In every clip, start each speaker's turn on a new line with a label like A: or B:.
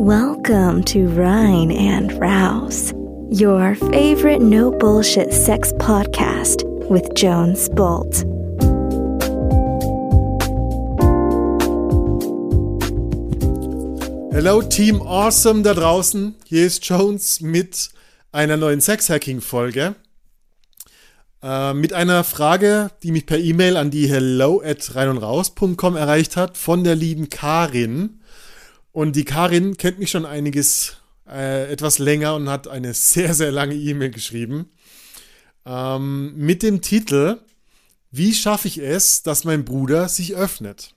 A: Welcome to Rhine and Rouse, your favorite no bullshit sex podcast with Jones Bolt.
B: Hello Team Awesome da draußen, hier ist Jones mit einer neuen Sex-Hacking-Folge. Mit einer Frage, die mich per E-Mail an die hello@reinundraus.com erreicht hat, von der lieben Karin. Und die Karin kennt mich schon etwas länger und hat eine sehr, sehr lange E-Mail geschrieben. Mit dem Titel: Wie schaffe ich es, dass mein Bruder sich öffnet?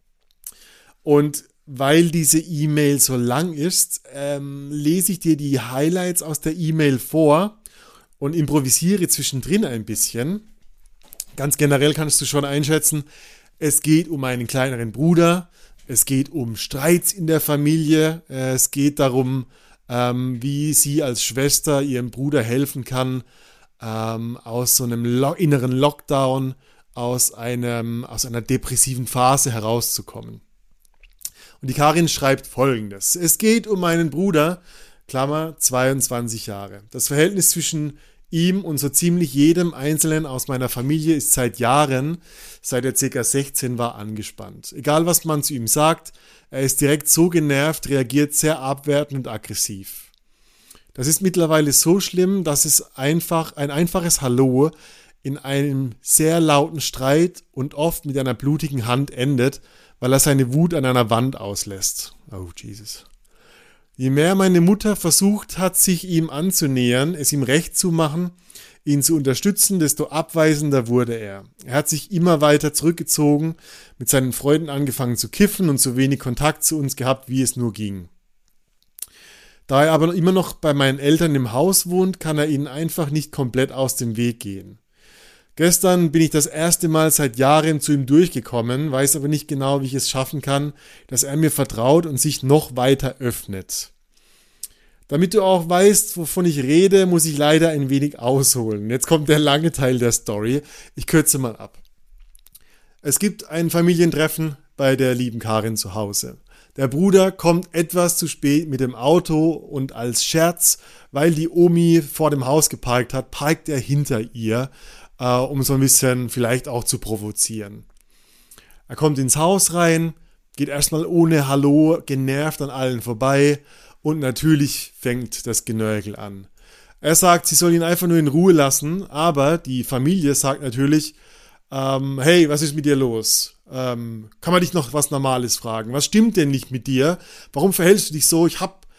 B: Und weil diese E-Mail so lang ist, lese ich dir die Highlights aus der E-Mail vor und improvisiere zwischendrin ein bisschen. Ganz generell kannst du schon einschätzen, es geht um einen kleineren Bruder, es geht um Streits in der Familie, es geht darum, wie sie als Schwester ihrem Bruder helfen kann, aus so einem inneren Lockdown, aus einer depressiven Phase herauszukommen. Und die Karin schreibt Folgendes: Es geht um meinen Bruder, Klammer, 22 Jahre. Das Verhältnis zwischen ihm und so ziemlich jedem Einzelnen aus meiner Familie ist seit Jahren, seit er ca. 16 war, angespannt. Egal was man zu ihm sagt, er ist direkt so genervt, reagiert sehr abwertend und aggressiv. Das ist mittlerweile so schlimm, dass es ein einfaches Hallo in einem sehr lauten Streit und oft mit einer blutigen Hand endet, weil er seine Wut an einer Wand auslässt. Oh, Jesus. Je mehr meine Mutter versucht hat, sich ihm anzunähern, es ihm recht zu machen, ihn zu unterstützen, desto abweisender wurde er. Er hat sich immer weiter zurückgezogen, mit seinen Freunden angefangen zu kiffen und so wenig Kontakt zu uns gehabt, wie es nur ging. Da er aber immer noch bei meinen Eltern im Haus wohnt, kann er ihnen einfach nicht komplett aus dem Weg gehen. Gestern bin ich das erste Mal seit Jahren zu ihm durchgekommen, weiß aber nicht genau, wie ich es schaffen kann, dass er mir vertraut und sich noch weiter öffnet. Damit du auch weißt, wovon ich rede, muss ich leider ein wenig ausholen. Jetzt kommt der lange Teil der Story. Ich kürze mal ab. Es gibt ein Familientreffen bei der lieben Karin zu Hause. Der Bruder kommt etwas zu spät mit dem Auto und als Scherz, weil die Omi vor dem Haus geparkt hat, parkt er hinter ihr, um so ein bisschen vielleicht auch zu provozieren. Er kommt ins Haus rein, geht erstmal ohne Hallo genervt an allen vorbei und natürlich fängt das Genörgel an. Er sagt, sie soll ihn einfach nur in Ruhe lassen, aber die Familie sagt natürlich, hey, was ist mit dir los? Kann man dich noch was Normales fragen? Was stimmt denn nicht mit dir? Warum verhältst du dich so?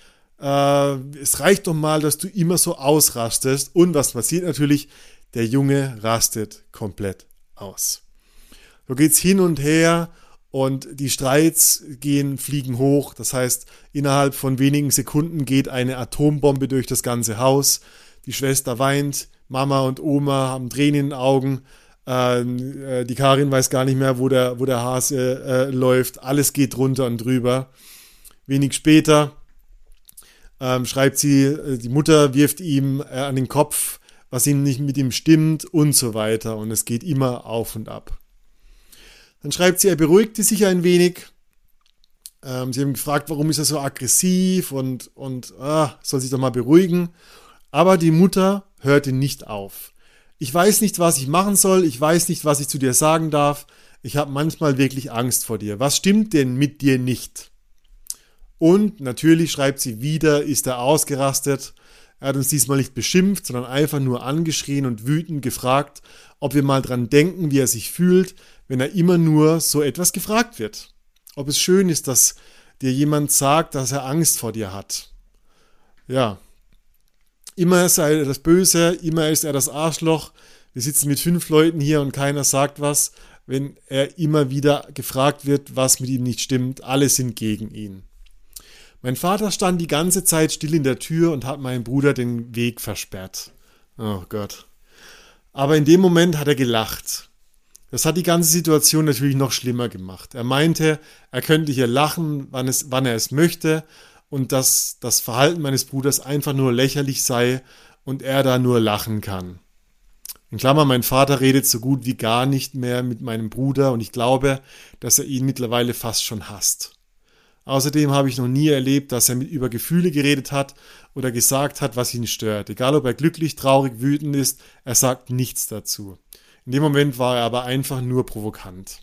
B: Es reicht doch mal, dass du immer so ausrastest. Und was passiert natürlich? Der Junge rastet komplett aus. So geht's hin und her und die Streits fliegen hoch. Das heißt, innerhalb von wenigen Sekunden geht eine Atombombe durch das ganze Haus. Die Schwester weint, Mama und Oma haben Tränen in den Augen. Die Karin weiß gar nicht mehr, wo der Hase läuft. Alles geht drunter und drüber. Wenig später schreibt sie, die Mutter wirft ihm an den Kopf, was nicht mit ihm stimmt und so weiter. Und es geht immer auf und ab. Dann schreibt sie, er beruhigte sich ein wenig. Sie haben gefragt, warum ist er so aggressiv und soll sich doch mal beruhigen. Aber die Mutter hörte nicht auf. Ich weiß nicht, was ich machen soll. Ich weiß nicht, was ich zu dir sagen darf. Ich habe manchmal wirklich Angst vor dir. Was stimmt denn mit dir nicht? Und natürlich schreibt sie wieder, ist er ausgerastet. Er hat uns diesmal nicht beschimpft, sondern einfach nur angeschrien und wütend gefragt, ob wir mal dran denken, wie er sich fühlt, wenn er immer nur so etwas gefragt wird. Ob es schön ist, dass dir jemand sagt, dass er Angst vor dir hat. Ja, immer sei er das Böse, immer ist er das Arschloch. Wir sitzen mit 5 Leuten hier und keiner sagt was, wenn er immer wieder gefragt wird, was mit ihm nicht stimmt. Alle sind gegen ihn. Mein Vater stand die ganze Zeit still in der Tür und hat meinem Bruder den Weg versperrt. Oh Gott. Aber in dem Moment hat er gelacht. Das hat die ganze Situation natürlich noch schlimmer gemacht. Er meinte, er könnte hier lachen, wann er es möchte und dass das Verhalten meines Bruders einfach nur lächerlich sei und er da nur lachen kann. In Klammern, mein Vater redet so gut wie gar nicht mehr mit meinem Bruder und ich glaube, dass er ihn mittlerweile fast schon hasst. Außerdem habe ich noch nie erlebt, dass er über Gefühle geredet hat oder gesagt hat, was ihn stört. Egal, ob er glücklich, traurig, wütend ist, er sagt nichts dazu. In dem Moment war er aber einfach nur provokant.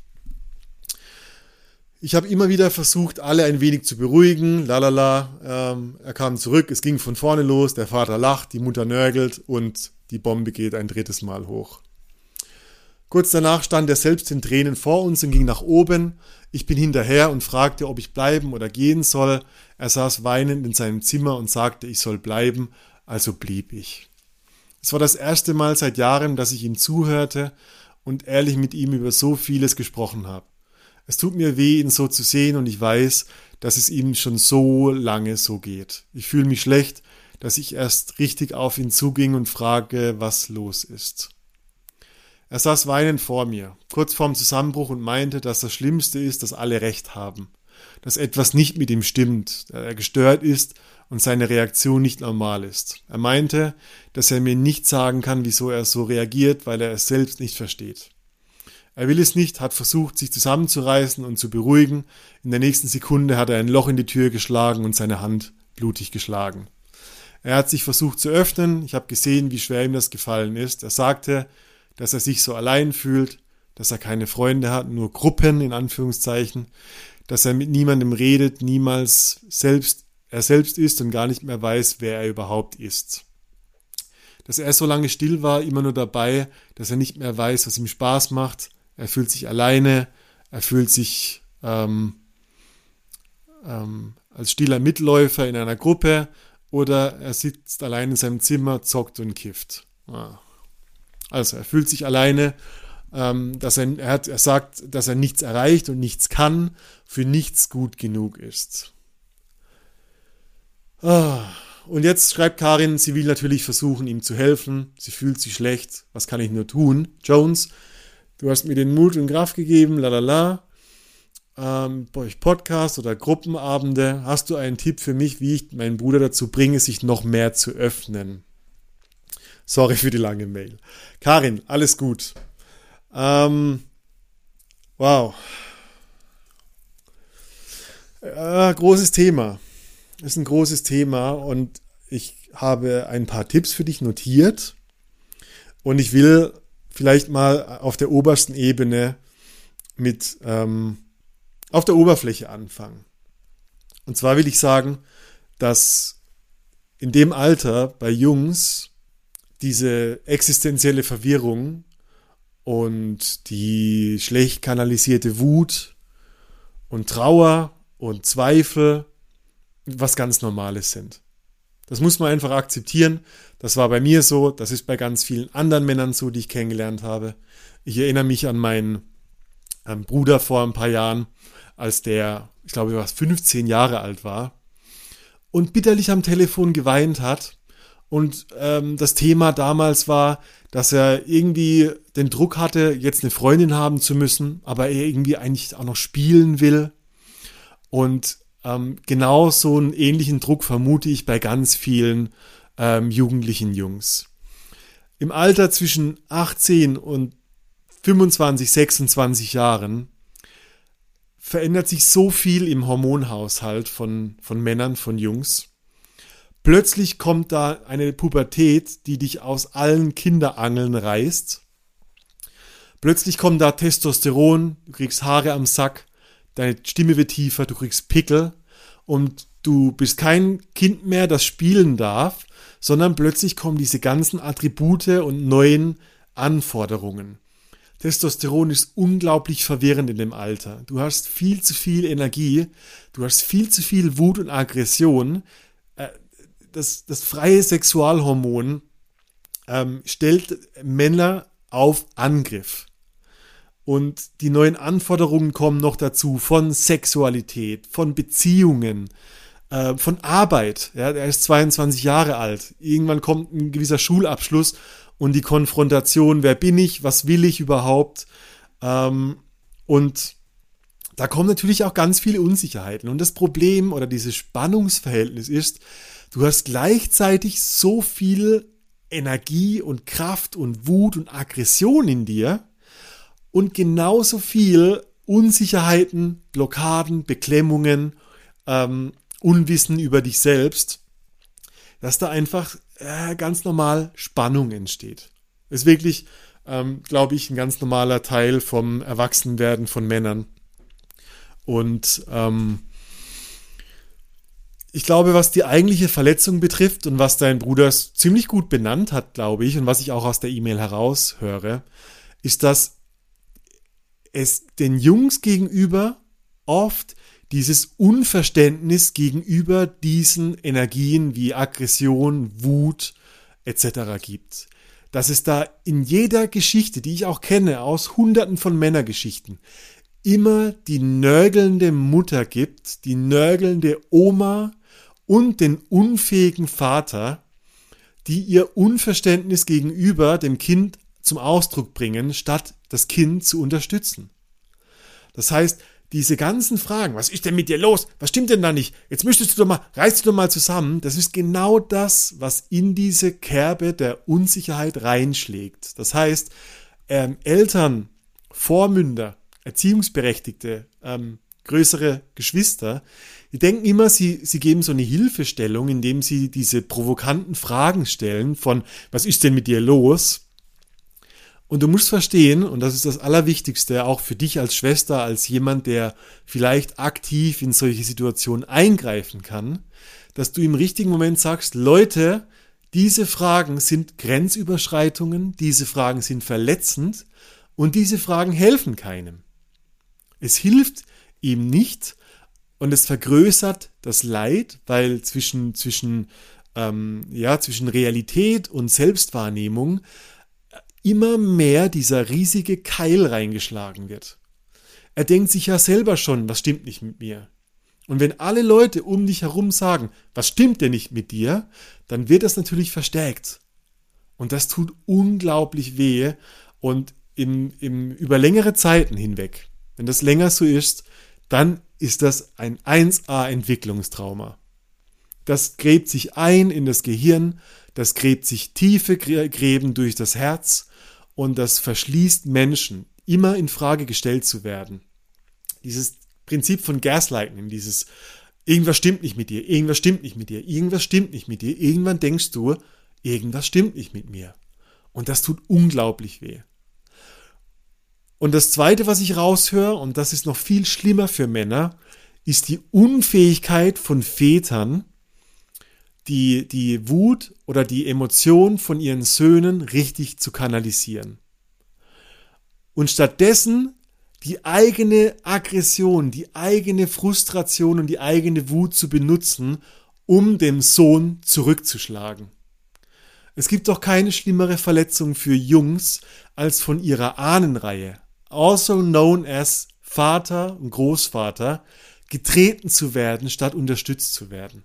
B: Ich habe immer wieder versucht, alle ein wenig zu beruhigen. Er kam zurück, es ging von vorne los, der Vater lacht, die Mutter nörgelt und die Bombe geht ein drittes Mal hoch. Kurz danach stand er selbst in Tränen vor uns und ging nach oben. Ich bin hinterher und fragte, ob ich bleiben oder gehen soll. Er saß weinend in seinem Zimmer und sagte, ich soll bleiben, also blieb ich. Es war das erste Mal seit Jahren, dass ich ihm zuhörte und ehrlich mit ihm über so vieles gesprochen habe. Es tut mir weh, ihn so zu sehen und ich weiß, dass es ihm schon so lange so geht. Ich fühle mich schlecht, dass ich erst richtig auf ihn zuging und frage, was los ist. Er saß weinend vor mir, kurz vorm Zusammenbruch und meinte, dass das Schlimmste ist, dass alle Recht haben, dass etwas nicht mit ihm stimmt, dass er gestört ist und seine Reaktion nicht normal ist. Er meinte, dass er mir nicht sagen kann, wieso er so reagiert, weil er es selbst nicht versteht. Er will es nicht, hat versucht, sich zusammenzureißen und zu beruhigen. In der nächsten Sekunde hat er ein Loch in die Tür geschlagen und seine Hand blutig geschlagen. Er hat sich versucht zu öffnen. Ich habe gesehen, wie schwer ihm das gefallen ist. Er sagte, dass er sich so allein fühlt, dass er keine Freunde hat, nur Gruppen in Anführungszeichen, dass er mit niemandem redet, niemals er selbst ist und gar nicht mehr weiß, wer er überhaupt ist. Dass er so lange still war, immer nur dabei, dass er nicht mehr weiß, was ihm Spaß macht. Er fühlt sich alleine, er fühlt sich als stiller Mitläufer in einer Gruppe oder er sitzt allein in seinem Zimmer, zockt und kifft. Also er fühlt sich alleine, er sagt, dass er nichts erreicht und nichts kann, für nichts gut genug ist. Und jetzt schreibt Karin, sie will natürlich versuchen, ihm zu helfen. Sie fühlt sich schlecht. Was kann ich nur tun? Jones, du hast mir den Mut und Kraft gegeben, bei euch Podcast oder Gruppenabende. Hast du einen Tipp für mich, wie ich meinen Bruder dazu bringe, sich noch mehr zu öffnen? Sorry für die lange Mail. Karin, alles gut. Wow. Großes Thema. Das ist ein großes Thema und ich habe ein paar Tipps für dich notiert und ich will vielleicht mal auf der obersten Ebene auf der Oberfläche anfangen. Und zwar will ich sagen, dass in dem Alter bei Jungs diese existenzielle Verwirrung und die schlecht kanalisierte Wut und Trauer und Zweifel was ganz Normales sind. Das muss man einfach akzeptieren. Das war bei mir so, das ist bei ganz vielen anderen Männern so, die ich kennengelernt habe. Ich erinnere mich an meinen Bruder vor ein paar Jahren, als der, ich glaube, 15 Jahre alt war und bitterlich am Telefon geweint hat. Und das Thema damals war, dass er irgendwie den Druck hatte, jetzt eine Freundin haben zu müssen, aber er irgendwie eigentlich auch noch spielen will. Und genau so einen ähnlichen Druck vermute ich bei ganz vielen jugendlichen Jungs. Im Alter zwischen 18 und 25, 26 Jahren verändert sich so viel im Hormonhaushalt von Männern, von Jungs. Plötzlich kommt da eine Pubertät, die dich aus allen Kinderangeln reißt. Plötzlich kommt da Testosteron, du kriegst Haare am Sack, deine Stimme wird tiefer, du kriegst Pickel und du bist kein Kind mehr, das spielen darf, sondern plötzlich kommen diese ganzen Attribute und neuen Anforderungen. Testosteron ist unglaublich verwirrend in dem Alter. Du hast viel zu viel Energie, du hast viel zu viel Wut und Aggression. Das freie Sexualhormon stellt Männer auf Angriff. Und die neuen Anforderungen kommen noch dazu von Sexualität, von Beziehungen, von Arbeit. Ja, er ist 22 Jahre alt. Irgendwann kommt ein gewisser Schulabschluss und die Konfrontation, wer bin ich, was will ich überhaupt? Und da kommen natürlich auch ganz viele Unsicherheiten. Und das Problem oder dieses Spannungsverhältnis ist, du hast gleichzeitig so viel Energie und Kraft und Wut und Aggression in dir und genauso viel Unsicherheiten, Blockaden, Beklemmungen Unwissen über dich selbst, dass da einfach ganz normal Spannung entsteht. Ist wirklich, glaube ich, ein ganz normaler Teil vom Erwachsenwerden von Männern. Und ich glaube, was die eigentliche Verletzung betrifft und was dein Bruder ziemlich gut benannt hat, glaube ich, und was ich auch aus der E-Mail heraushöre, ist, dass es den Jungs gegenüber oft dieses Unverständnis gegenüber diesen Energien wie Aggression, Wut etc. gibt. Dass es da in jeder Geschichte, die ich auch kenne, aus Hunderten von Männergeschichten, immer die nörgelnde Mutter gibt, die nörgelnde Oma und den unfähigen Vater, die ihr Unverständnis gegenüber dem Kind zum Ausdruck bringen, statt das Kind zu unterstützen. Das heißt, diese ganzen Fragen, was ist denn mit dir los? Was stimmt denn da nicht? Jetzt reiß dich doch mal zusammen. Das ist genau das, was in diese Kerbe der Unsicherheit reinschlägt. Das heißt, Eltern, Vormünder, Erziehungsberechtigte, größere Geschwister, die denken immer, sie geben so eine Hilfestellung, indem sie diese provokanten Fragen stellen von, was ist denn mit dir los? Und du musst verstehen, und das ist das Allerwichtigste, auch für dich als Schwester, als jemand, der vielleicht aktiv in solche Situationen eingreifen kann, dass du im richtigen Moment sagst, Leute, diese Fragen sind Grenzüberschreitungen, diese Fragen sind verletzend und diese Fragen helfen keinem. Es hilft ihm nicht und es vergrößert das Leid, weil zwischen Realität und Selbstwahrnehmung immer mehr dieser riesige Keil reingeschlagen wird. Er denkt sich ja selber schon, was stimmt nicht mit mir? Und wenn alle Leute um dich herum sagen, was stimmt denn nicht mit dir, dann wird das natürlich verstärkt. Und das tut unglaublich weh und über längere Zeiten hinweg, wenn das länger so ist, dann ist das ein 1A-Entwicklungstrauma. Das gräbt sich ein in das Gehirn, das gräbt sich tiefe Gräben durch das Herz und das verschließt Menschen, immer in Frage gestellt zu werden. Dieses Prinzip von Gaslighting, dieses irgendwas stimmt nicht mit dir, irgendwas stimmt nicht mit dir, irgendwas stimmt nicht mit dir, irgendwann denkst du, irgendwas stimmt nicht mit mir. Und das tut unglaublich weh. Und das Zweite, was ich raushöre, und das ist noch viel schlimmer für Männer, ist die Unfähigkeit von Vätern, die Wut oder die Emotion von ihren Söhnen richtig zu kanalisieren. Und stattdessen die eigene Aggression, die eigene Frustration und die eigene Wut zu benutzen, um dem Sohn zurückzuschlagen. Es gibt doch keine schlimmere Verletzung für Jungs als von ihrer Ahnenreihe, also known as Vater und Großvater, getreten zu werden, statt unterstützt zu werden.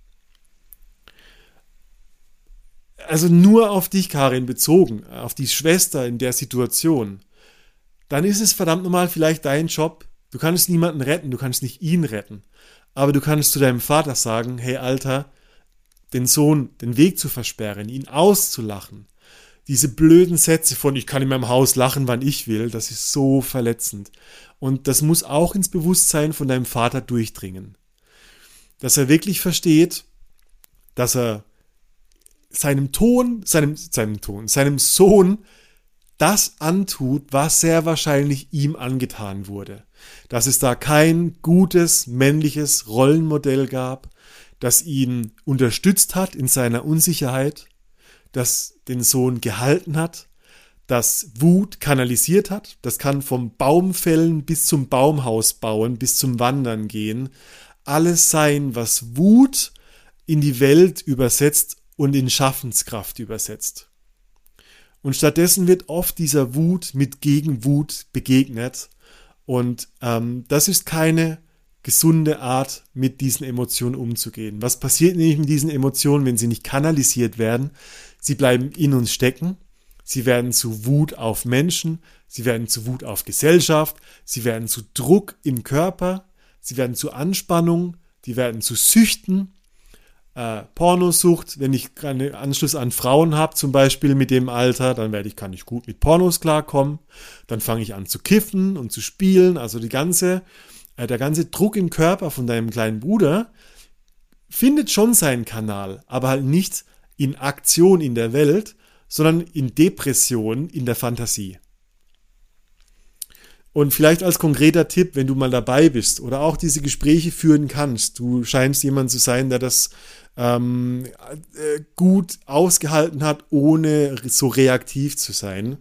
B: Also nur auf dich, Karin, bezogen, auf die Schwester in der Situation, dann ist es verdammt nochmal vielleicht dein Job. Du kannst niemanden retten, du kannst nicht ihn retten. Aber du kannst zu deinem Vater sagen, hey Alter, den Sohn den Weg zu versperren, ihn auszulachen. Diese blöden Sätze von, ich kann in meinem Haus lachen, wann ich will, das ist so verletzend. Und das muss auch ins Bewusstsein von deinem Vater durchdringen. Dass er wirklich versteht, dass er seinem Sohn das antut, was sehr wahrscheinlich ihm angetan wurde. Dass es da kein gutes männliches Rollenmodell gab, das ihn unterstützt hat in seiner Unsicherheit, das den Sohn gehalten hat, das Wut kanalisiert hat. Das kann vom Baumfällen bis zum Baumhaus bauen, bis zum Wandern gehen. Alles sein, was Wut in die Welt übersetzt und in Schaffenskraft übersetzt. Und stattdessen wird oft dieser Wut mit Gegenwut begegnet. Und das ist keine gesunde Art, mit diesen Emotionen umzugehen. Was passiert nämlich mit diesen Emotionen, wenn sie nicht kanalisiert werden? Sie bleiben in uns stecken. Sie werden zu Wut auf Menschen. Sie werden zu Wut auf Gesellschaft. Sie werden zu Druck im Körper. Sie werden zu Anspannung. Die werden zu Süchten. Pornosucht, wenn ich keinen Anschluss an Frauen habe, zum Beispiel mit dem Alter, dann kann ich gut mit Pornos klarkommen. Dann fange ich an zu kiffen und zu spielen, also die ganze der ganze Druck im Körper von deinem kleinen Bruder findet schon seinen Kanal, aber halt nicht in Aktion in der Welt, sondern in Depression in der Fantasie. Und vielleicht als konkreter Tipp, wenn du mal dabei bist oder auch diese Gespräche führen kannst, du scheinst jemand zu sein, der das gut ausgehalten hat, ohne so reaktiv zu sein,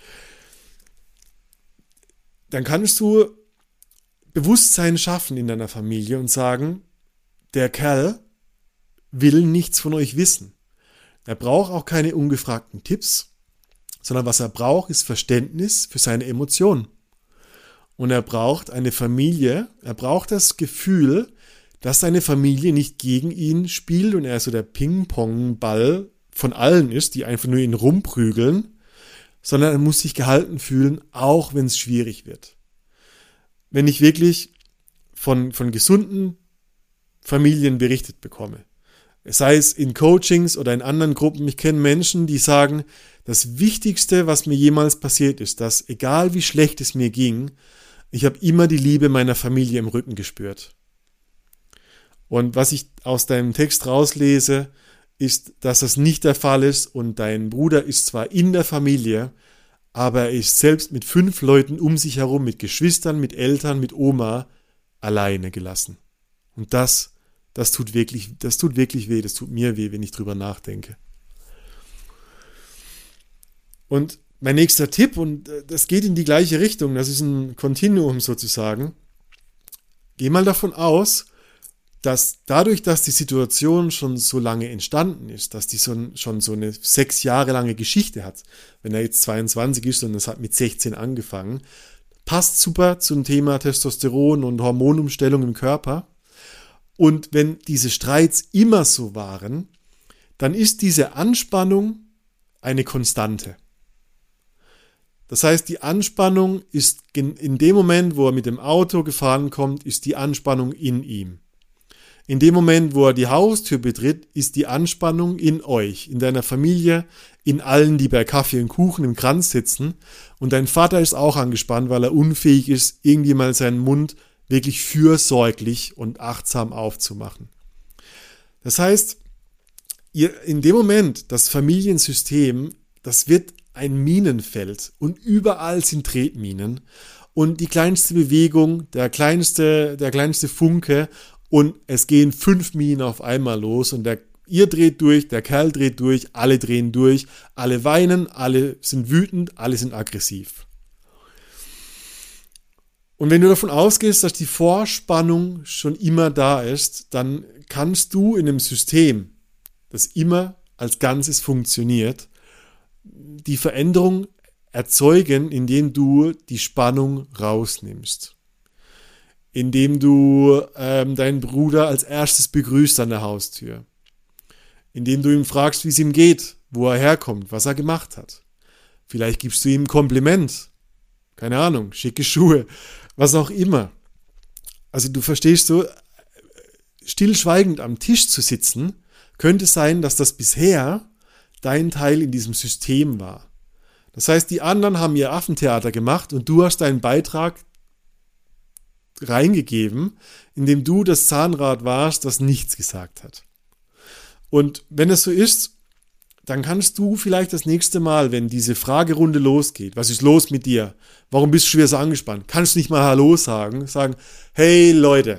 B: dann kannst du Bewusstsein schaffen in deiner Familie und sagen, der Kerl will nichts von euch wissen. Er braucht auch keine ungefragten Tipps, sondern was er braucht, ist Verständnis für seine Emotionen. Und er braucht eine Familie, er braucht das Gefühl, dass seine Familie nicht gegen ihn spielt und er so der Ping-Pong-Ball von allen ist, die einfach nur ihn rumprügeln, sondern er muss sich gehalten fühlen, auch wenn es schwierig wird. Wenn ich wirklich von gesunden Familien berichtet bekomme, sei es in Coachings oder in anderen Gruppen, ich kenne Menschen, die sagen, das Wichtigste, was mir jemals passiert ist, dass egal wie schlecht es mir ging, ich habe immer die Liebe meiner Familie im Rücken gespürt. Und was ich aus deinem Text rauslese, ist, dass das nicht der Fall ist und dein Bruder ist zwar in der Familie, aber er ist selbst mit 5 Leuten um sich herum, mit Geschwistern, mit Eltern, mit Oma, alleine gelassen. Und das tut wirklich weh, das tut mir weh, wenn ich drüber nachdenke. Und mein nächster Tipp, und das geht in die gleiche Richtung, das ist ein Kontinuum sozusagen. Geh mal davon aus, dass dadurch, dass die Situation schon so lange entstanden ist, dass die schon so eine 6 Jahre lange Geschichte hat, wenn er jetzt 22 ist und das hat mit 16 angefangen, passt super zum Thema Testosteron und Hormonumstellung im Körper. Und wenn diese Streits immer so waren, dann ist diese Anspannung eine Konstante. Das heißt, die Anspannung ist in dem Moment, wo er mit dem Auto gefahren kommt, ist die Anspannung in ihm. In dem Moment, wo er die Haustür betritt, ist die Anspannung in euch, in deiner Familie, in allen, die bei Kaffee und Kuchen im Kranz sitzen. Und dein Vater ist auch angespannt, weil er unfähig ist, irgendwie mal seinen Mund wirklich fürsorglich und achtsam aufzumachen. Das heißt, in dem Moment, das Familiensystem, das wird ein Minenfeld und überall sind Tretminen und die kleinste Bewegung, der kleinste Funke und es gehen 5 Minen auf einmal los und ihr dreht durch, der Kerl dreht durch, alle drehen durch, alle weinen, alle sind wütend, alle sind aggressiv. Und wenn du davon ausgehst, dass die Vorspannung schon immer da ist, dann kannst du in einem System, das immer als Ganzes funktioniert, die Veränderung erzeugen, indem du die Spannung rausnimmst. Indem du deinen Bruder als erstes begrüßt an der Haustür. Indem du ihn fragst, wie es ihm geht, wo er herkommt, was er gemacht hat. Vielleicht gibst du ihm ein Kompliment. Keine Ahnung, schicke Schuhe, was auch immer. Also du verstehst so, stillschweigend am Tisch zu sitzen, könnte sein, dass das bisher dein Teil in diesem System war. Das heißt, die anderen haben ihr Affentheater gemacht und du hast deinen Beitrag reingegeben, indem du das Zahnrad warst, das nichts gesagt hat. Und wenn es so ist, dann kannst du vielleicht das nächste Mal, wenn diese Fragerunde losgeht, was ist los mit dir? Warum bist du schwer so angespannt? Kannst du nicht mal Hallo sagen? Sagen, hey Leute,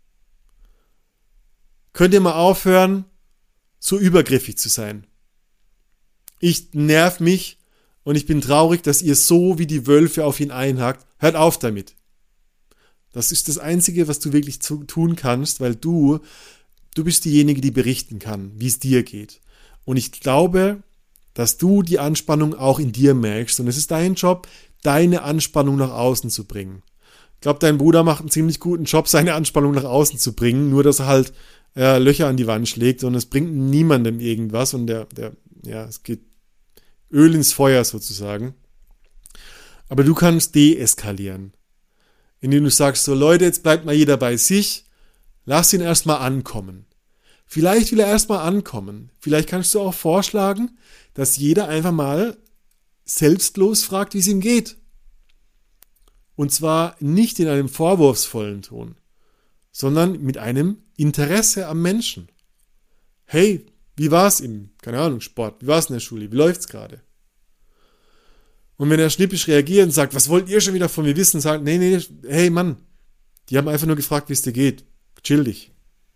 B: könnt ihr mal aufhören, so übergriffig zu sein? Ich nerv mich und ich bin traurig, dass ihr so wie die Wölfe auf ihn einhakt. Hört auf damit. Das ist das Einzige, was du wirklich tun kannst, weil du bist diejenige, die berichten kann, wie es dir geht. Und ich glaube, dass du die Anspannung auch in dir merkst. Und es ist dein Job, deine Anspannung nach außen zu bringen. Ich glaube, dein Bruder macht einen ziemlich guten Job, seine Anspannung nach außen zu bringen. Nur, dass er halt Löcher an die Wand schlägt und es bringt niemandem irgendwas. Und es geht Öl ins Feuer sozusagen. Aber du kannst deeskalieren. Indem du sagst, so Leute, jetzt bleibt mal jeder bei sich. Lass ihn erstmal ankommen. Vielleicht will er erstmal ankommen. Vielleicht kannst du auch vorschlagen, dass jeder einfach mal selbstlos fragt, wie es ihm geht. Und zwar nicht in einem vorwurfsvollen Ton, sondern mit einem Interesse am Menschen. Hey, wie war's im, keine Ahnung, Sport? Wie war's in der Schule? Wie läuft's gerade? Und wenn er schnippisch reagiert und sagt, was wollt ihr schon wieder von mir wissen? Sagt, nee, hey Mann, die haben einfach nur gefragt, wie es dir geht. Chill dich.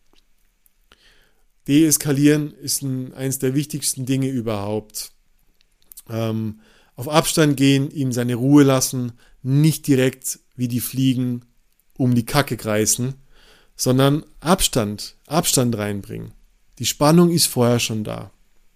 B: Deeskalieren ist eines der wichtigsten Dinge überhaupt. Auf Abstand gehen, ihm seine Ruhe lassen, nicht direkt wie die Fliegen um die Kacke kreisen, sondern Abstand reinbringen. Die Spannung ist vorher schon da.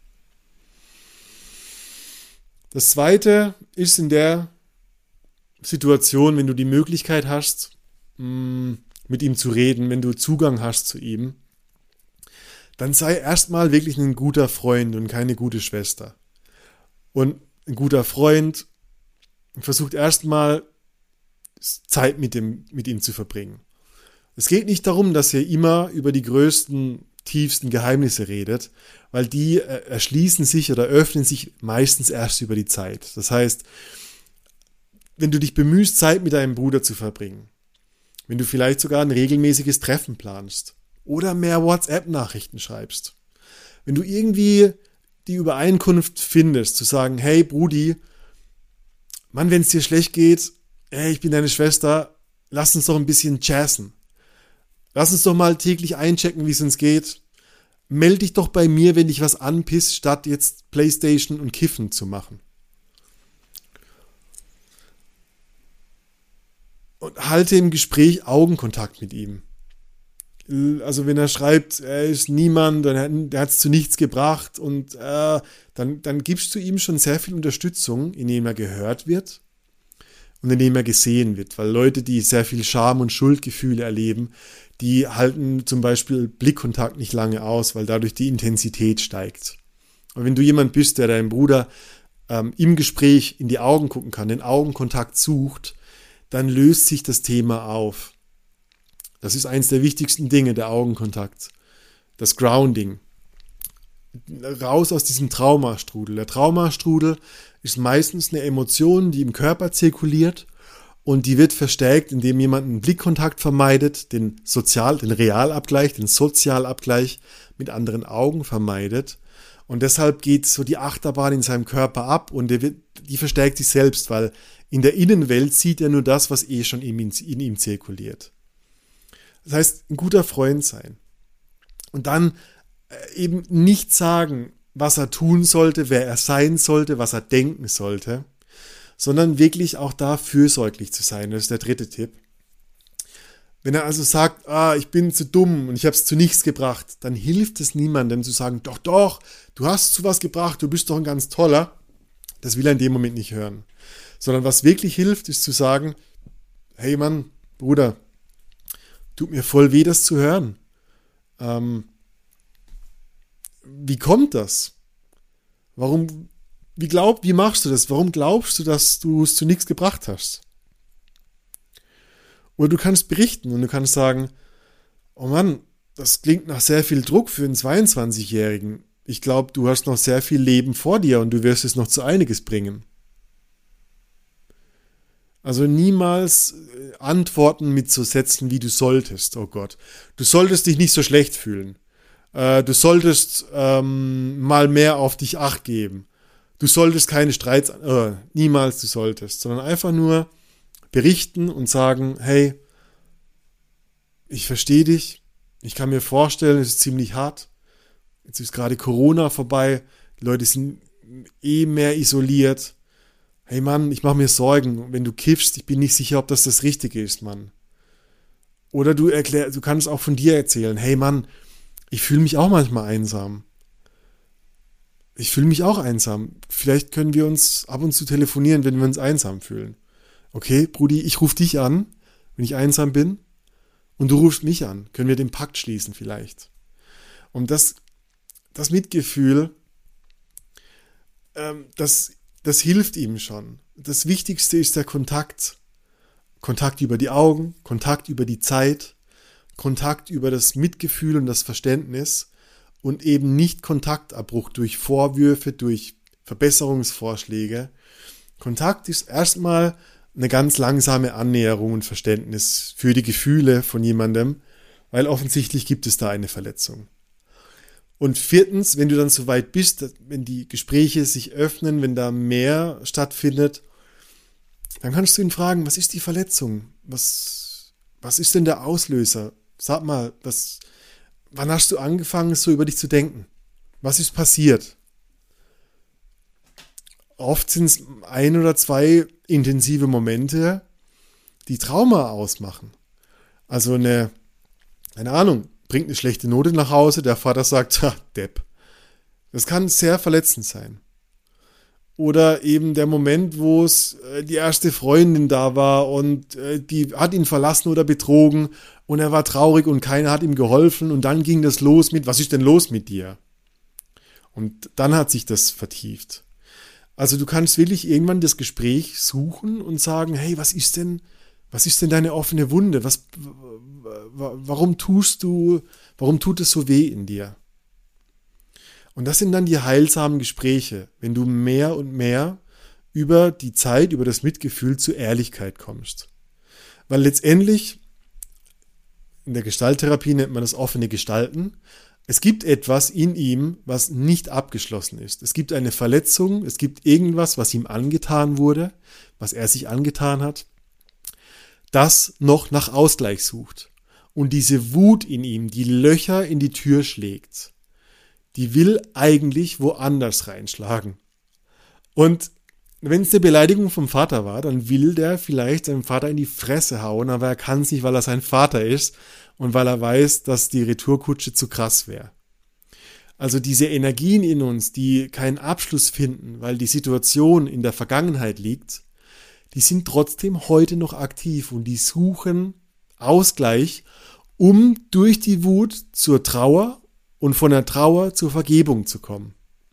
B: Das Zweite ist in der Situation, wenn du die Möglichkeit hast, mit ihm zu reden, wenn du Zugang hast zu ihm, dann sei erstmal wirklich ein guter Freund und keine gute Schwester. Und ein guter Freund versucht erstmal Zeit mit ihm zu verbringen. Es geht nicht darum, dass ihr immer über die größten, tiefsten Geheimnisse redet, weil die erschließen sich oder öffnen sich meistens erst über die Zeit. Das heißt, wenn du dich bemühst, Zeit mit deinem Bruder zu verbringen, wenn du vielleicht sogar ein regelmäßiges Treffen planst oder mehr WhatsApp-Nachrichten schreibst, wenn du irgendwie die Übereinkunft findest, zu sagen, hey Brudi, Mann, wenn es dir schlecht geht, hey, ich bin deine Schwester, lass uns doch ein bisschen jazzen. Lass uns doch mal täglich einchecken, wie es uns geht. Meld dich doch bei mir, wenn dich was anpisst, statt jetzt Playstation und Kiffen zu machen. Und halte im Gespräch Augenkontakt mit ihm. Also wenn er schreibt, er ist niemand, dann der hat es zu nichts gebracht und dann gibst du ihm schon sehr viel Unterstützung, indem er gehört wird und indem er gesehen wird. Weil Leute, die sehr viel Scham und Schuldgefühle erleben, die halten zum Beispiel Blickkontakt nicht lange aus, weil dadurch die Intensität steigt. Und wenn du jemand bist, der deinem Bruder im Gespräch in die Augen gucken kann, den Augenkontakt sucht, dann löst sich das Thema auf. Das ist eines der wichtigsten Dinge, der Augenkontakt. Das Grounding. Raus aus diesem Traumastrudel. Der Traumastrudel ist meistens eine Emotion, die im Körper zirkuliert und die wird verstärkt, indem jemand einen Blickkontakt vermeidet, den Realabgleich, den Sozialabgleich mit anderen Augen vermeidet. Und deshalb geht so die Achterbahn in seinem Körper ab und die verstärkt sich selbst, weil in der Innenwelt sieht er nur das, was schon in ihm zirkuliert. Das heißt, ein guter Freund sein. Und dann eben nicht sagen, was er tun sollte, wer er sein sollte, was er denken sollte, sondern wirklich auch da fürsorglich zu sein. Das ist der dritte Tipp. Wenn er also sagt, ich bin zu dumm und ich habe es zu nichts gebracht, dann hilft es niemandem zu sagen, doch, du hast zu was gebracht, du bist doch ein ganz toller. Das will er in dem Moment nicht hören. Sondern was wirklich hilft, ist zu sagen, hey Mann, Bruder, tut mir voll weh, das zu hören. Wie kommt das? Wie machst du das? Warum glaubst du, dass du es zu nichts gebracht hast? Oder du kannst berichten und du kannst sagen, oh Mann, das klingt nach sehr viel Druck für einen 22-Jährigen. Ich glaube, du hast noch sehr viel Leben vor dir und du wirst es noch zu einiges bringen. Also niemals Antworten mit so Sätzen wie du solltest, oh Gott. Du solltest dich nicht so schlecht fühlen. Du solltest mal mehr auf dich Acht geben. Du solltest keine Streits, niemals du solltest, sondern einfach nur berichten und sagen, hey, ich verstehe dich, ich kann mir vorstellen, es ist ziemlich hart. Jetzt ist gerade Corona vorbei, die Leute sind mehr isoliert. Hey Mann, ich mache mir Sorgen, wenn du kiffst, ich bin nicht sicher, ob das Richtige ist, Mann. Oder du kannst auch von dir erzählen, hey Mann, ich fühle mich auch manchmal einsam. Ich fühle mich auch einsam. Vielleicht können wir uns ab und zu telefonieren, wenn wir uns einsam fühlen. Okay, Brudi, ich rufe dich an, wenn ich einsam bin, und du rufst mich an. Können wir den Pakt schließen vielleicht? Und das Mitgefühl, das hilft ihm schon. Das Wichtigste ist der Kontakt. Kontakt über die Augen, Kontakt über die Zeit, Kontakt über das Mitgefühl und das Verständnis und eben nicht Kontaktabbruch durch Vorwürfe, durch Verbesserungsvorschläge. Kontakt ist erstmal eine ganz langsame Annäherung und Verständnis für die Gefühle von jemandem, weil offensichtlich gibt es da eine Verletzung. Und viertens, wenn du dann so weit bist, wenn die Gespräche sich öffnen, wenn da mehr stattfindet, dann kannst du ihn fragen, was ist die Verletzung? Was ist denn der Auslöser? Sag mal, wann hast du angefangen, so über dich zu denken? Was ist passiert? Oft sind es 1 oder 2 intensive Momente, die Trauma ausmachen. Also keine Ahnung, bringt eine schlechte Note nach Hause, der Vater sagt, Depp. Das kann sehr verletzend sein. Oder eben der Moment, wo es die erste Freundin da war und die hat ihn verlassen oder betrogen und er war traurig und keiner hat ihm geholfen und dann ging das los mit, was ist denn los mit dir? Und dann hat sich das vertieft. Also du kannst wirklich irgendwann das Gespräch suchen und sagen, hey, was ist denn deine offene Wunde? Warum tut es so weh in dir? Und das sind dann die heilsamen Gespräche, wenn du mehr und mehr über die Zeit, über das Mitgefühl zu Ehrlichkeit kommst. Weil letztendlich, in der Gestalttherapie nennt man das offene Gestalten, es gibt etwas in ihm, was nicht abgeschlossen ist. Es gibt eine Verletzung, es gibt irgendwas, was ihm angetan wurde, was er sich angetan hat, das noch nach Ausgleich sucht. Und diese Wut in ihm, die Löcher in die Tür schlägt, die will eigentlich woanders reinschlagen. Und wenn es eine Beleidigung vom Vater war, dann will der vielleicht seinem Vater in die Fresse hauen, aber er kann es nicht, weil er sein Vater ist und weil er weiß, dass die Retourkutsche zu krass wäre. Also diese Energien in uns, die keinen Abschluss finden, weil die Situation in der Vergangenheit liegt, die sind trotzdem heute noch aktiv und die suchen Ausgleich, um durch die Wut zur Trauer und von der Trauer zur Vergebung zu kommen.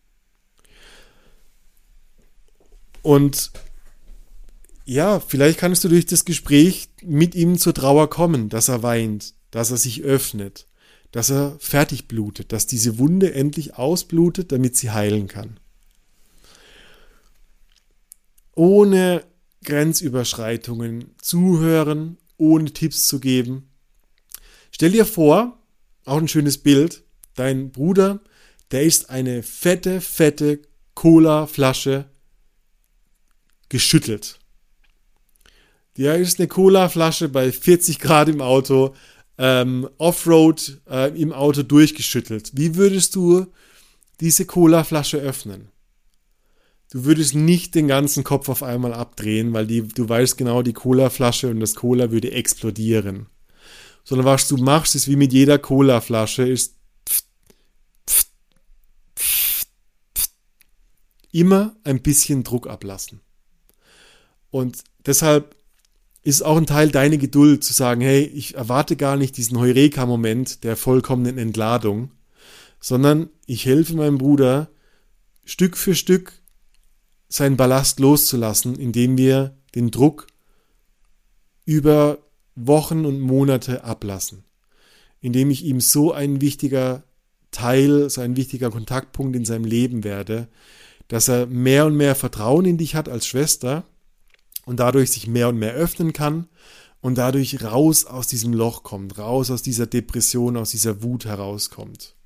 B: Und ja, vielleicht kannst du durch das Gespräch mit ihm zur Trauer kommen, dass er weint, dass er sich öffnet, dass er fertig blutet, dass diese Wunde endlich ausblutet, damit sie heilen kann. Ohne Grenzüberschreitungen zuhören, ohne Tipps zu geben. Stell dir vor, auch ein schönes Bild, dein Bruder, der ist eine fette Cola-Flasche geschüttelt. Der ist eine Cola-Flasche bei 40 Grad im Auto, Offroad im Auto durchgeschüttelt. Wie würdest du diese Cola-Flasche öffnen? Du würdest nicht den ganzen Kopf auf einmal abdrehen, weil du weißt genau, die Cola-Flasche und das Cola würde explodieren. Sondern was du machst, ist wie mit jeder Cola-Flasche, ist immer ein bisschen Druck ablassen. Und deshalb ist auch ein Teil deine Geduld zu sagen, hey, ich erwarte gar nicht diesen Heureka-Moment der vollkommenen Entladung, sondern ich helfe meinem Bruder Stück für Stück seinen Ballast loszulassen, indem wir den Druck über Wochen und Monate ablassen. Indem ich ihm so ein wichtiger Teil, so ein wichtiger Kontaktpunkt in seinem Leben werde, dass er mehr und mehr Vertrauen in dich hat als Schwester und dadurch sich mehr und mehr öffnen kann und dadurch raus aus diesem Loch kommt, raus aus dieser Depression, aus dieser Wut herauskommt.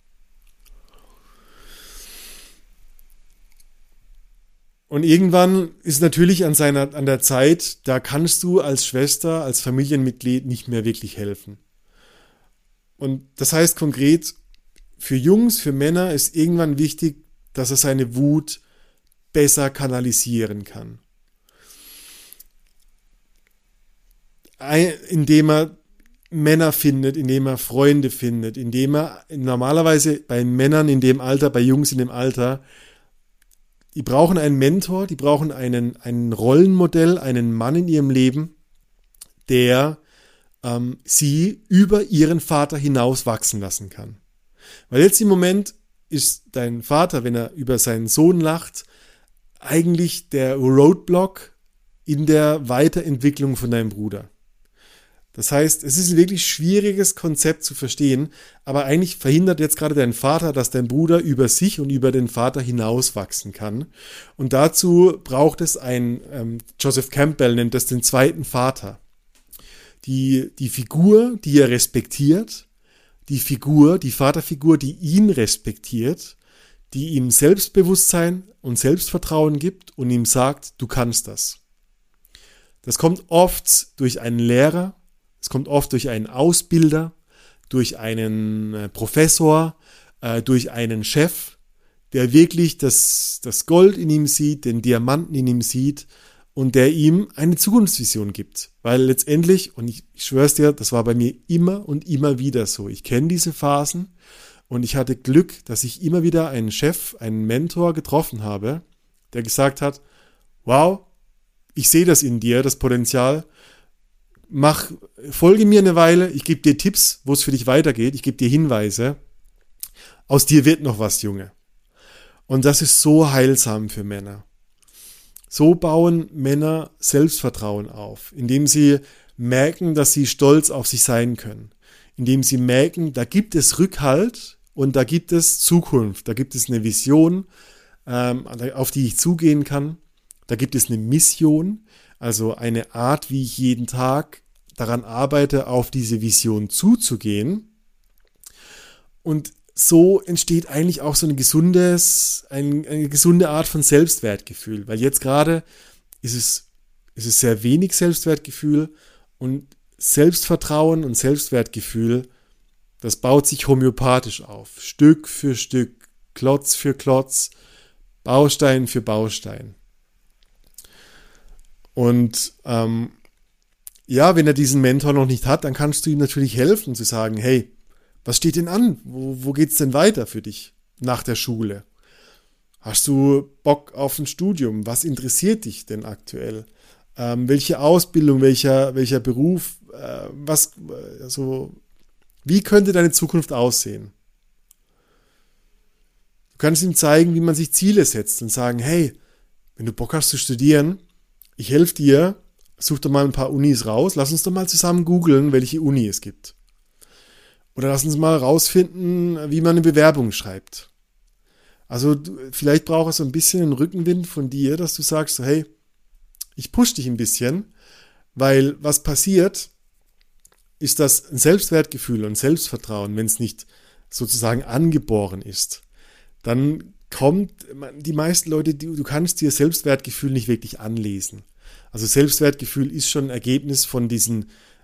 B: Und irgendwann ist natürlich an der Zeit, da kannst du als Schwester, als Familienmitglied nicht mehr wirklich helfen. Und das heißt konkret, für Jungs, für Männer ist irgendwann wichtig, dass er seine Wut besser kanalisieren kann. Indem er Männer findet, indem er Freunde findet, indem er normalerweise bei Männern in dem Alter, bei Jungs in dem Alter, die brauchen einen Mentor, die brauchen ein Rollenmodell, einen Mann in ihrem Leben, der sie über ihren Vater hinaus wachsen lassen kann. Weil jetzt im Moment ist dein Vater, wenn er über seinen Sohn lacht, eigentlich der Roadblock in der Weiterentwicklung von deinem Bruder. Das heißt, es ist ein wirklich schwieriges Konzept zu verstehen, aber eigentlich verhindert jetzt gerade dein Vater, dass dein Bruder über sich und über den Vater hinauswachsen kann. Und dazu braucht es Joseph Campbell nennt das den zweiten Vater. Die Figur, die er respektiert, die Vaterfigur, die ihn respektiert, die ihm Selbstbewusstsein und Selbstvertrauen gibt und ihm sagt, du kannst das. Das kommt oft durch einen Lehrer, es kommt oft durch einen Ausbilder, durch einen Professor, durch einen Chef, der wirklich das Gold in ihm sieht, den Diamanten in ihm sieht und der ihm eine Zukunftsvision gibt. Weil letztendlich, und ich schwör's dir, das war bei mir immer und immer wieder so. Ich kenne diese Phasen und ich hatte Glück, dass ich immer wieder einen Chef, einen Mentor getroffen habe, der gesagt hat, wow, ich sehe das in dir, das Potenzial, folge mir eine Weile, ich gebe dir Tipps, wo es für dich weitergeht, ich gebe dir Hinweise, aus dir wird noch was, Junge. Und das ist so heilsam für Männer. So bauen Männer Selbstvertrauen auf, indem sie merken, dass sie stolz auf sich sein können, indem sie merken, da gibt es Rückhalt und da gibt es Zukunft, da gibt es eine Vision, auf die ich zugehen kann, da gibt es eine Mission, also eine Art, wie ich jeden Tag daran arbeite, auf diese Vision zuzugehen. Und so entsteht eigentlich auch so eine gesunde Art von Selbstwertgefühl. Weil jetzt gerade ist es sehr wenig Selbstwertgefühl und Selbstvertrauen und Selbstwertgefühl, das baut sich homöopathisch auf. Stück für Stück, Klotz für Klotz, Baustein für Baustein. Und wenn er diesen Mentor noch nicht hat, dann kannst du ihm natürlich helfen, zu sagen, hey, was steht denn an? Wo geht's denn weiter für dich nach der Schule? Hast du Bock auf ein Studium? Was interessiert dich denn aktuell? Welche Ausbildung, welcher Beruf, wie könnte deine Zukunft aussehen? Du kannst ihm zeigen, wie man sich Ziele setzt und sagen, hey, wenn du Bock hast zu studieren, ich helfe dir, such doch mal ein paar Unis raus, lass uns doch mal zusammen googeln, welche Uni es gibt. Oder lass uns mal rausfinden, wie man eine Bewerbung schreibt. Also vielleicht braucht es so ein bisschen einen Rückenwind von dir, dass du sagst, so, hey, ich push dich ein bisschen, weil was passiert, ist das ein Selbstwertgefühl und Selbstvertrauen, wenn es nicht sozusagen angeboren ist. Dann kommt, die meisten Leute, du kannst dir Selbstwertgefühl nicht wirklich anlesen. Also Selbstwertgefühl ist schon ein Ergebnis von diesen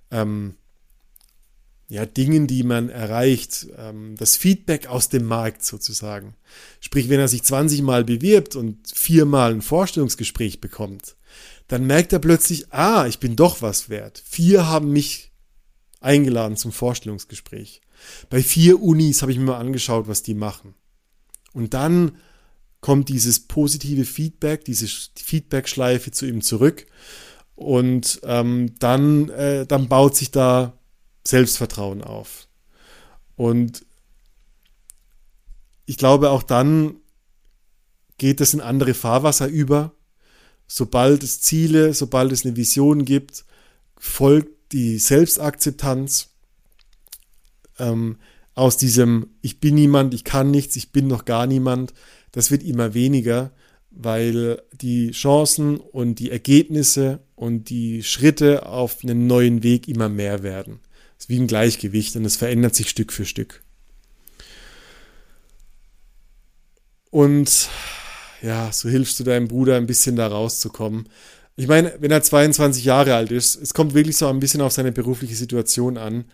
B: Dingen, die man erreicht, das Feedback aus dem Markt sozusagen. Sprich, wenn er sich 20 Mal bewirbt und 4 Mal ein Vorstellungsgespräch bekommt, dann merkt er plötzlich, ich bin doch was wert. 4 haben mich eingeladen zum Vorstellungsgespräch. Bei 4 Unis habe ich mir mal angeschaut, was die machen. Und dann kommt dieses positive Feedback, diese Feedback-Schleife zu ihm zurück und dann baut sich da Selbstvertrauen auf. Und ich glaube, auch dann geht es in andere Fahrwasser über. Sobald es Ziele, sobald es eine Vision gibt, folgt die Selbstakzeptanz aus diesem ich bin niemand, ich kann nichts, ich bin noch gar niemand. Das wird immer weniger, weil die Chancen und die Ergebnisse und die Schritte auf einen neuen Weg immer mehr werden. Es ist wie ein Gleichgewicht und es verändert sich Stück für Stück. Und ja, so hilfst du deinem Bruder ein bisschen da rauszukommen. Ich meine, wenn er 22 Jahre alt ist, es kommt wirklich so ein bisschen auf seine berufliche Situation an.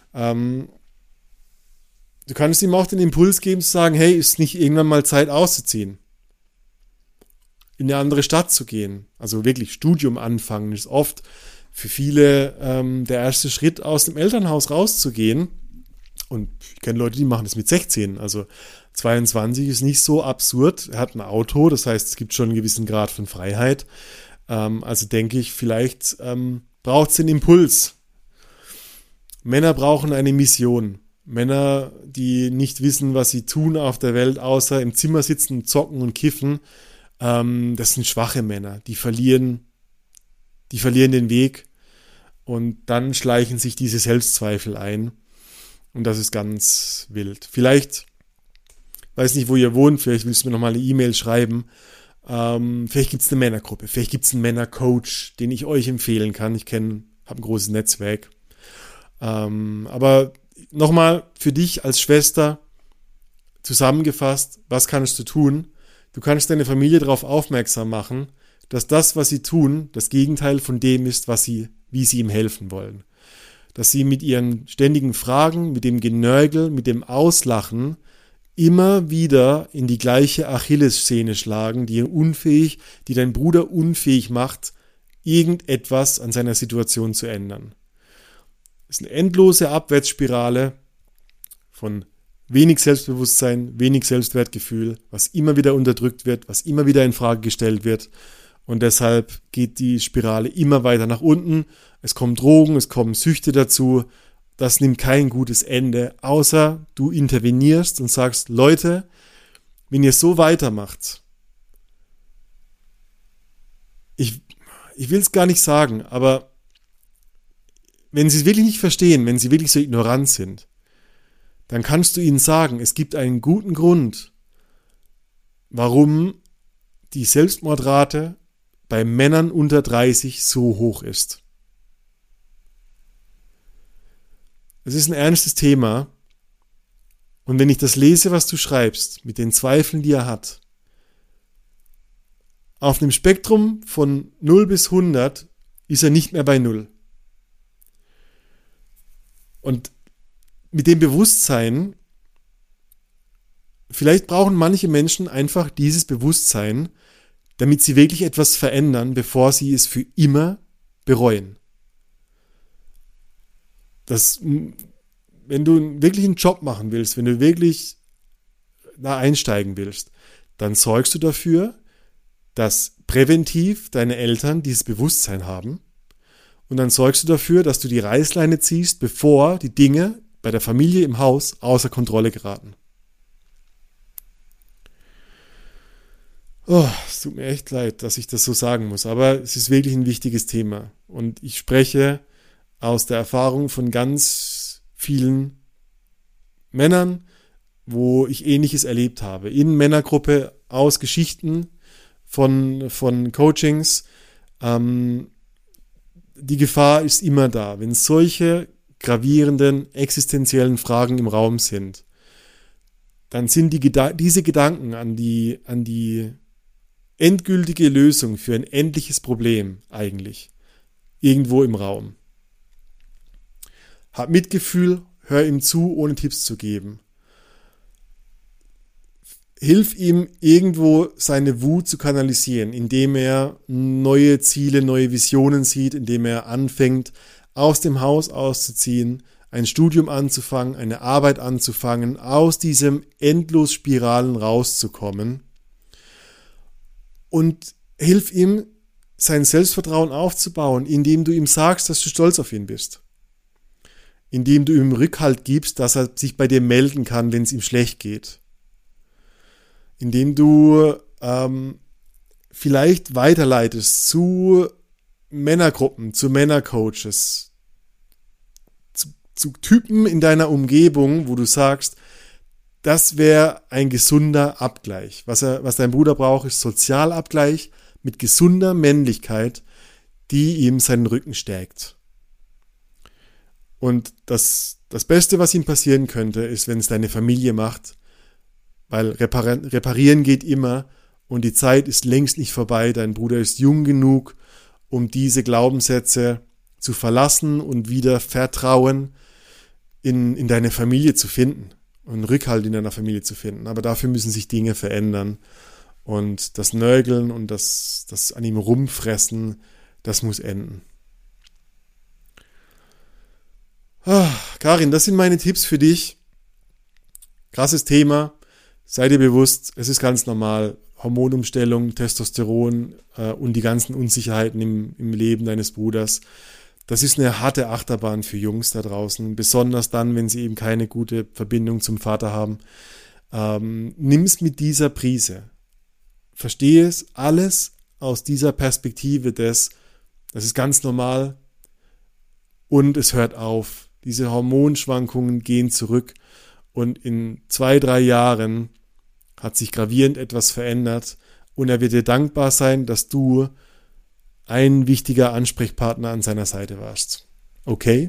B: Du kannst ihm auch den Impuls geben zu sagen, hey, ist nicht irgendwann mal Zeit auszuziehen? In eine andere Stadt zu gehen. Also wirklich Studium anfangen ist oft für viele der erste Schritt, aus dem Elternhaus rauszugehen. Und ich kenne Leute, die machen das mit 16. Also 22 ist nicht so absurd. Er hat ein Auto, das heißt, es gibt schon einen gewissen Grad von Freiheit. Also denke ich, vielleicht braucht es den Impuls. Männer brauchen eine Mission. Männer, die nicht wissen, was sie tun auf der Welt, außer im Zimmer sitzen, zocken und kiffen, das sind schwache Männer. Die verlieren den Weg. Und dann schleichen sich diese Selbstzweifel ein. Und das ist ganz wild. Vielleicht, weiß nicht, wo ihr wohnt, vielleicht willst du mir nochmal eine E-Mail schreiben. Vielleicht gibt es eine Männergruppe, vielleicht gibt es einen Männercoach, den ich euch empfehlen kann. Ich habe ein großes Netzwerk. Aber nochmal für dich als Schwester zusammengefasst, was kannst du tun? Du kannst deine Familie darauf aufmerksam machen, dass das, was sie tun, das Gegenteil von dem ist, wie sie ihm helfen wollen. Dass sie mit ihren ständigen Fragen, mit dem Genörgel, mit dem Auslachen immer wieder in die gleiche Achillessehne schlagen, die dein Bruder unfähig macht, irgendetwas an seiner Situation zu ändern. Es ist eine endlose Abwärtsspirale von wenig Selbstbewusstsein, wenig Selbstwertgefühl, was immer wieder unterdrückt wird, was immer wieder in Frage gestellt wird. Und deshalb geht die Spirale immer weiter nach unten. Es kommen Drogen, es kommen Süchte dazu. Das nimmt kein gutes Ende, außer du intervenierst und sagst, Leute, wenn ihr so weitermacht, ich will es gar nicht sagen, aber wenn sie es wirklich nicht verstehen, wenn sie wirklich so ignorant sind, dann kannst du ihnen sagen, es gibt einen guten Grund, warum die Selbstmordrate bei Männern unter 30 so hoch ist. Es ist ein ernstes Thema. Und wenn ich das lese, was du schreibst, mit den Zweifeln, die er hat, auf einem Spektrum von 0 bis 100 ist er nicht mehr bei 0. Und mit dem Bewusstsein, vielleicht brauchen manche Menschen einfach dieses Bewusstsein, damit sie wirklich etwas verändern, bevor sie es für immer bereuen. Wenn du wirklich einen Job machen willst, wenn du wirklich da einsteigen willst, dann sorgst du dafür, dass präventiv deine Eltern dieses Bewusstsein haben und dann sorgst du dafür, dass du die Reißleine ziehst, bevor die Dinge bei der Familie im Haus außer Kontrolle geraten. Oh, es tut mir echt leid, dass ich das so sagen muss, aber es ist wirklich ein wichtiges Thema und ich spreche aus der Erfahrung von ganz vielen Männern, wo ich Ähnliches erlebt habe. In Männergruppe, aus Geschichten von Coachings. Die Gefahr ist immer da. Wenn solche gravierenden, existenziellen Fragen im Raum sind, dann sind diese Gedanken an die endgültige Lösung für ein endliches Problem eigentlich irgendwo im Raum. Hab Mitgefühl, hör ihm zu, ohne Tipps zu geben. Hilf ihm, irgendwo seine Wut zu kanalisieren, indem er neue Ziele, neue Visionen sieht, indem er anfängt, aus dem Haus auszuziehen, ein Studium anzufangen, eine Arbeit anzufangen, aus diesem Endlosspiralen rauszukommen. Und hilf ihm, sein Selbstvertrauen aufzubauen, indem du ihm sagst, dass du stolz auf ihn bist. Indem du ihm Rückhalt gibst, dass er sich bei dir melden kann, wenn es ihm schlecht geht. Indem du vielleicht weiterleitest zu Männergruppen, zu Männercoaches, zu Typen in deiner Umgebung, wo du sagst, das wäre ein gesunder Abgleich. Was dein Bruder braucht, ist Sozialabgleich mit gesunder Männlichkeit, die ihm seinen Rücken stärkt. Und das Beste, was ihm passieren könnte, ist, wenn es deine Familie macht, weil reparieren geht immer und die Zeit ist längst nicht vorbei. Dein Bruder ist jung genug, um diese Glaubenssätze zu verlassen und wieder Vertrauen in deine Familie zu finden und Rückhalt in deiner Familie zu finden. Aber dafür müssen sich Dinge verändern und das Nörgeln und das an ihm rumfressen, das muss enden. Karin, das sind meine Tipps für dich. Krasses Thema. Sei dir bewusst, es ist ganz normal. Hormonumstellung, Testosteron und die ganzen Unsicherheiten im Leben deines Bruders. Das ist eine harte Achterbahn für Jungs da draußen. Besonders dann, wenn sie eben keine gute Verbindung zum Vater haben. Nimm's mit dieser Prise. Verstehe es alles aus dieser Perspektive das ist ganz normal. und es hört auf. Diese Hormonschwankungen gehen zurück und in 2-3 Jahren hat sich gravierend etwas verändert und er wird dir dankbar sein, dass du ein wichtiger Ansprechpartner an seiner Seite warst. Okay?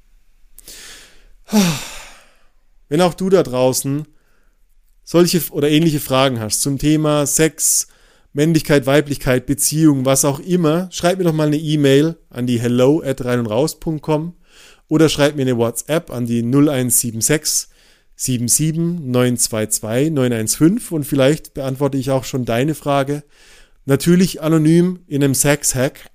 B: Wenn auch du da draußen solche oder ähnliche Fragen hast zum Thema Sex, Männlichkeit, Weiblichkeit, Beziehung, was auch immer, schreib mir doch mal eine E-Mail an die hello@reinundraus.com oder schreib mir eine WhatsApp an die 0176 77 922 915 und vielleicht beantworte ich auch schon deine Frage. Natürlich anonym in einem Sex-Hack.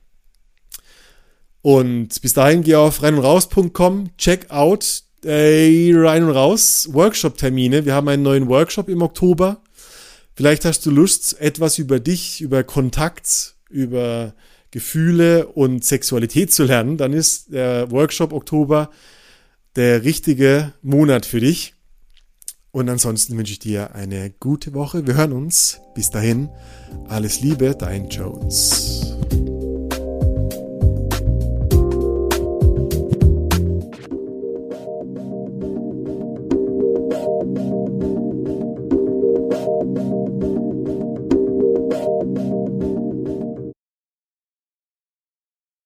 B: Und bis dahin geh auf reinundraus.com, check out Rein und Raus Workshop-Termine. Wir haben einen neuen Workshop im Oktober. Vielleicht hast du Lust, etwas über dich, über Kontakt, über Gefühle und Sexualität zu lernen. Dann ist der Workshop Oktober der richtige Monat für dich. Und ansonsten wünsche ich dir eine gute Woche. Wir hören uns. Bis dahin. Alles Liebe, dein Jones.